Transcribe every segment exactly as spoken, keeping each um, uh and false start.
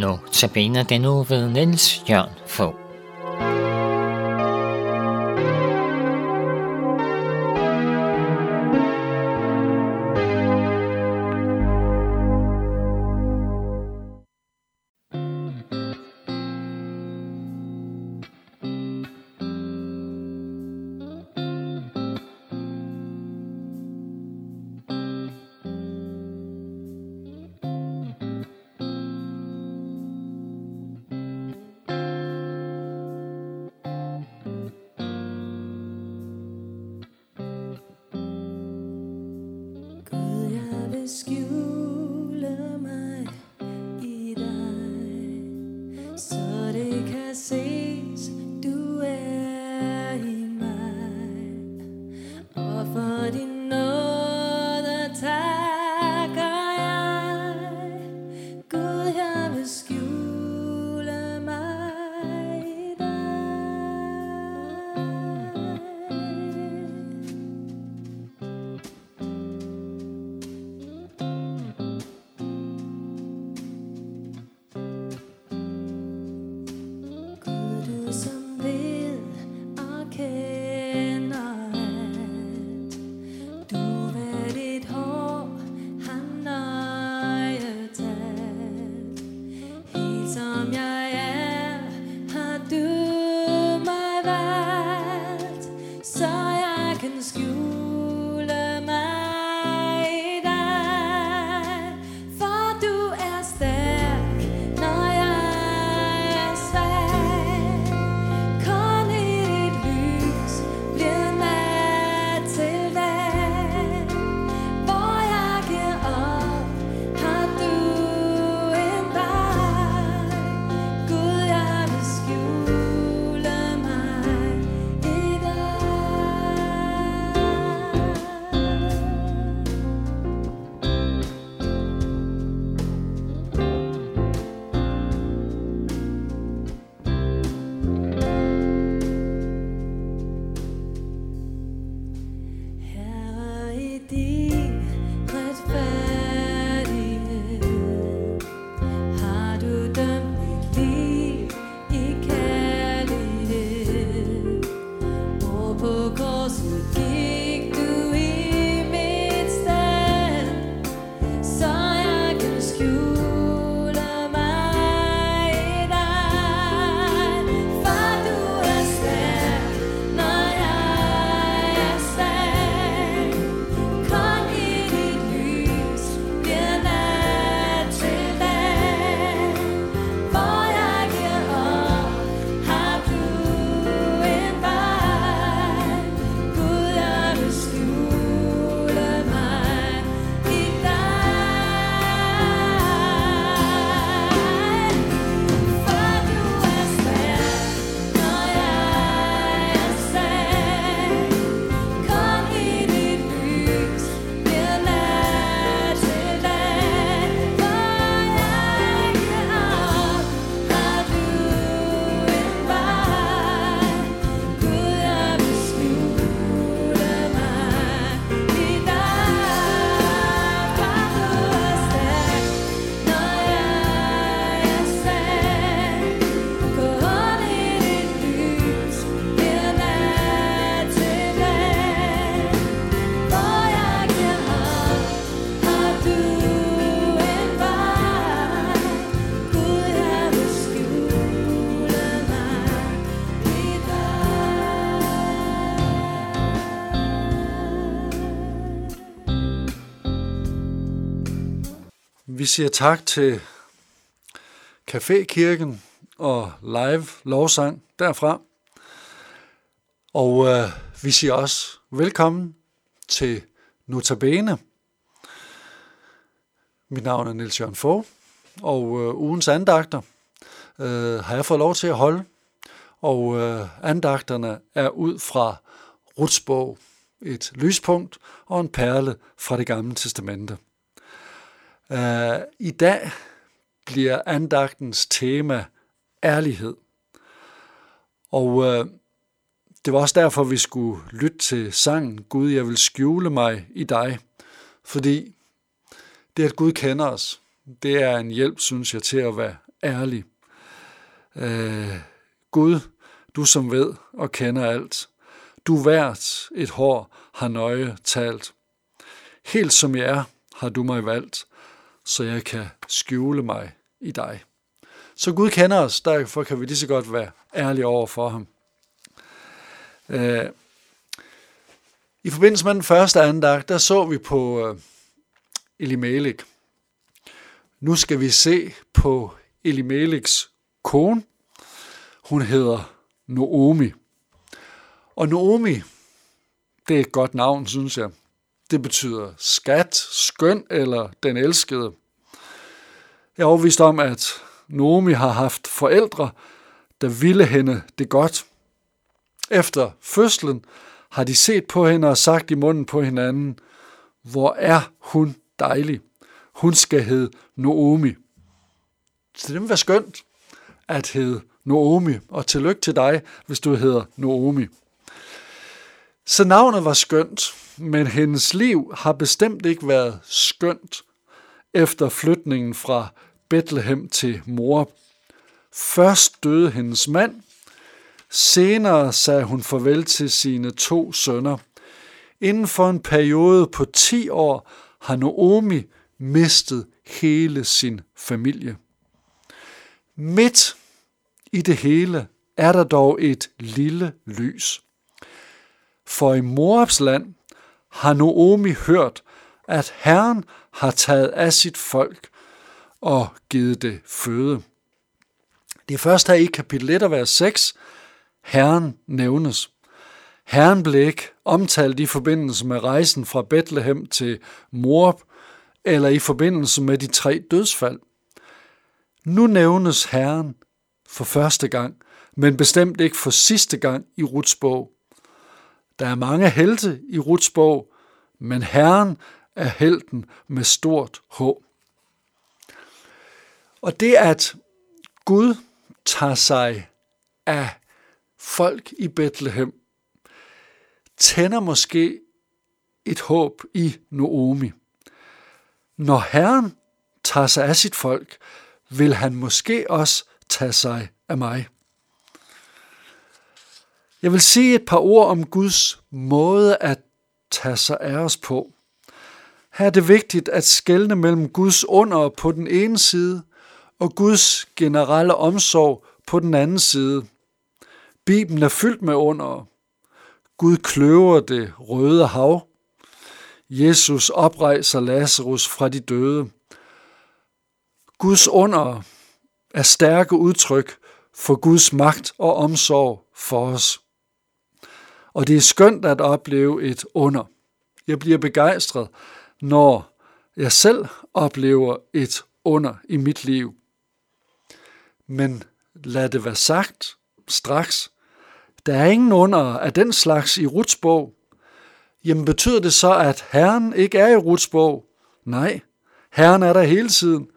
Notabene den nu ved Niels Jørgen Fogh. Skjule mig i dig, så det kan ses, du er i mig. Og for din nåde takker jeg, Gud, jeg vil skjule mig i dig. Som ved og kender alt, du ved dit hår har nøje talt. Helt som jeg er, har du mig valgt, så jeg kan skjule mig i dig. For du er stærk, når jeg er svag. Vi siger tak til Cafékirken og live lovsang derfra. Og øh, vi siger også velkommen til Notabene. Mit navn er Niels Jørgen Fogh, og øh, ugens andagter øh, har jeg fået lov til at holde. Og øh, andagterne er ud fra Ruths bog, et lyspunkt og en perle fra Det Gamle Testamente. Uh, I dag bliver andagtens tema ærlighed. Og uh, det var også derfor, vi skulle lytte til sangen Gud, jeg vil skjule mig i dig. Fordi det, at Gud kender os, det er en hjælp, synes jeg, til at være ærlig. Øh, Gud, du som ved og kender alt. Du hvert et hår har nøje talt. Helt som jeg er, har du mig valgt, så jeg kan skjule mig i dig. Så Gud kender os, derfor kan vi lige så godt være ærlige over for ham. Øh, I forbindelse med den første andagt, der så vi på øh, Elimelek. Nu skal vi se på Elimeleks kone. Hun hedder Naomi. Og Naomi, det er et godt navn, synes jeg. Det betyder skat, skøn eller den elskede. Jeg er overbevist om, at Naomi har haft forældre, der ville hende det godt. Efter fødslen har de set på hende og sagt i munden på hinanden, hvor er hun dejlig. Hun skal hedde Naomi. Så det må være skønt at hedde Naomi, og tillykke til dig, hvis du hedder Naomi. Så navnet var skønt, men hendes liv har bestemt ikke været skønt efter flytningen fra Bethlehem til Moab. Først døde hendes mand, senere sagde hun farvel til sine to sønner. Inden for en periode på ti år har Naomi mistet hele sin familie. Midt i det hele er der dog et lille lys. For i Moabs land har Naomi hørt, at Herren har taget af sit folk og givet det føde. Det er først her i kapitel et og vers seks, Herren nævnes. Herren blev ikke omtalt i forbindelse med rejsen fra Bethlehem til Moab, eller i forbindelse med de tre dødsfald. Nu nævnes Herren for første gang, men bestemt ikke for sidste gang i Ruts bog. Der er mange helte i Ruts bog, men Herren er helten med stort H. Og det, at Gud tager sig af folk i Bethlehem, tænder måske et håb i Naomi. Når Herren tager sig af sit folk, vil han måske også tage sig af mig. Jeg vil sige et par ord om Guds måde at tage sig af os på. Her er det vigtigt at skelne mellem Guds under på den ene side og Guds generelle omsorg på den anden side. Bibelen er fyldt med under. Gud kløver det røde hav. Jesus oprejser Lazarus fra de døde. Guds under er stærke udtryk for Guds magt og omsorg for os. Og det er skønt at opleve et under. Jeg bliver begejstret, når jeg selv oplever et under i mit liv. Men lad det være sagt straks. Der er ingen under af den slags i Ruts bog. Jamen betyder det så, at Herren ikke er i Ruts bog? Nej, Herren er der hele tiden.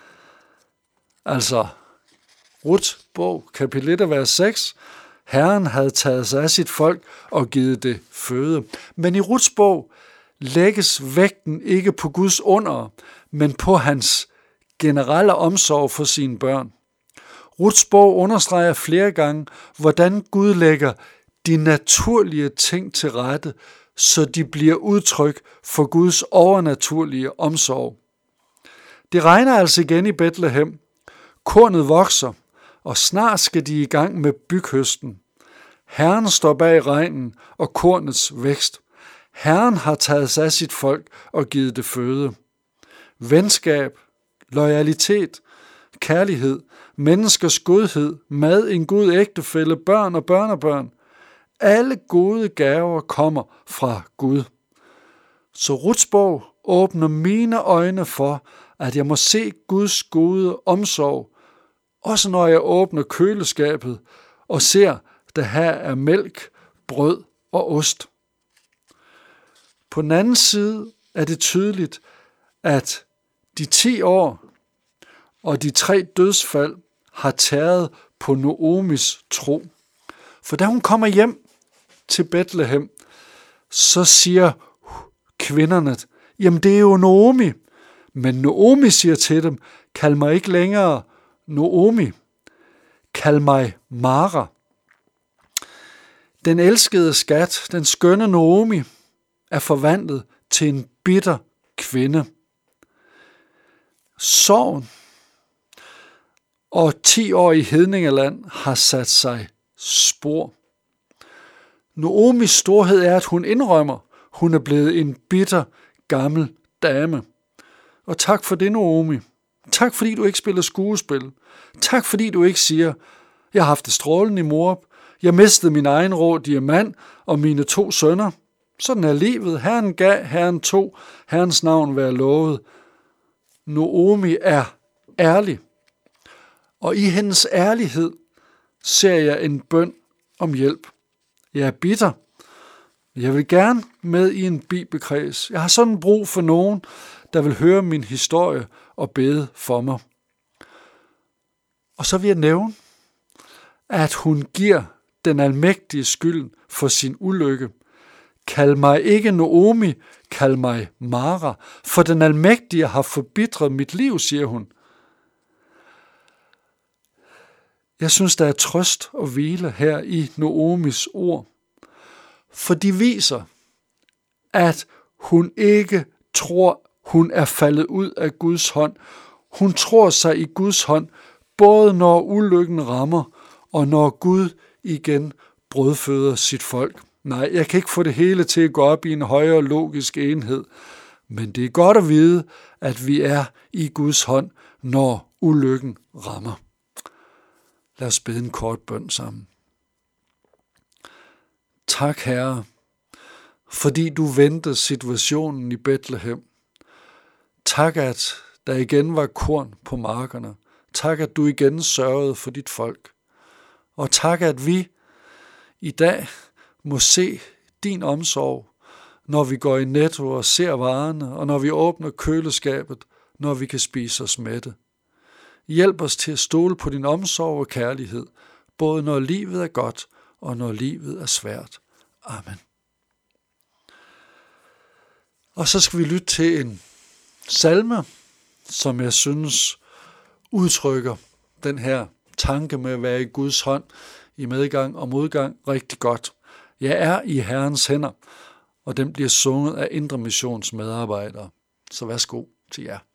Altså, Ruts bog, kapitel et, vers seks. Herren havde taget sig af sit folk og givet det føde. Men i Ruts bog lægges vægten ikke på Guds under, men på hans generelle omsorg for sine børn. Ruts bog understreger flere gange, hvordan Gud lægger de naturlige ting til rette, så de bliver udtryk for Guds overnaturlige omsorg. Det regner altså igen i Bethlehem. Kornet vokser, og snart skal de i gang med byghøsten. Herren står bag regnen og kornets vækst. Herren har taget sig af sit folk og givet det føde. Venskab, loyalitet, kærlighed, menneskers godhed, mad, en god ægtefælle, børn og børnebørn. Alle gode gaver kommer fra Gud. Så Ruts bog åbner mine øjne for, at jeg må se Guds gode omsorg, også når jeg åbner køleskabet og ser, der her er mælk, brød og ost. På den anden side er det tydeligt, at de ti år og de tre dødsfald har tæret på Naomis tro. For da hun kommer hjem til Bethlehem, så siger kvinderne, jamen det er jo Naomi. Men Naomi siger til dem, kald mig ikke længere Noomi, kald mig Mara. Den elskede skat, den skønne Noomi, er forvandlet til en bitter kvinde. Sorgen og ti år i hedningeland har sat sig spor. Noomis storhed er, at hun indrømmer, hun er blevet en bitter, gammel dame. Og tak for det, Noomi. Tak fordi du ikke spiller skuespil. Tak fordi du ikke siger, jeg har haft det strålende i Moab. Jeg mistede min egen rå diamant og mine to sønner. Sådan er livet. Herren gav, Herren tog. Herrens navn være lovet. Noomi er ærlig. Og i hendes ærlighed ser jeg en bøn om hjælp. Jeg er bitter. Jeg vil gerne med i en bibelkreds. Jeg har sådan brug for nogen, der vil høre min historie og bede for mig. Og så vil jeg nævne, at hun giver den almægtige skylden for sin ulykke. Kald mig ikke Noomi, kald mig Mara, for den almægtige har forbitret mit liv, siger hun. Jeg synes, der er trøst og hvile her i Noomis ord, for de viser, at hun ikke tror, hun er faldet ud af Guds hånd. Hun tror sig i Guds hånd, både når ulykken rammer, og når Gud igen brødføder sit folk. Nej, jeg kan ikke få det hele til at gå op i en højere logisk enhed, men det er godt at vide, at vi er i Guds hånd, når ulykken rammer. Lad os bede en kort bøn sammen. Tak, Herre, fordi du vendte situationen i Betlehem. Tak, at der igen var korn på markerne. Tak, at du igen sørgede for dit folk. Og tak, at vi i dag må se din omsorg, når vi går i Netto og ser varerne, og når vi åbner køleskabet, når vi kan spise os mætte. Hjælp os til at stole på din omsorg og kærlighed, både når livet er godt og når livet er svært. Amen. Og så skal vi lytte til en salme, som jeg synes udtrykker den her tanke med at være i Guds hånd i medgang og modgang rigtig godt. Jeg er i Herrens hænder, og den bliver sunget af Indre Missions medarbejdere. Så værsgo til jer.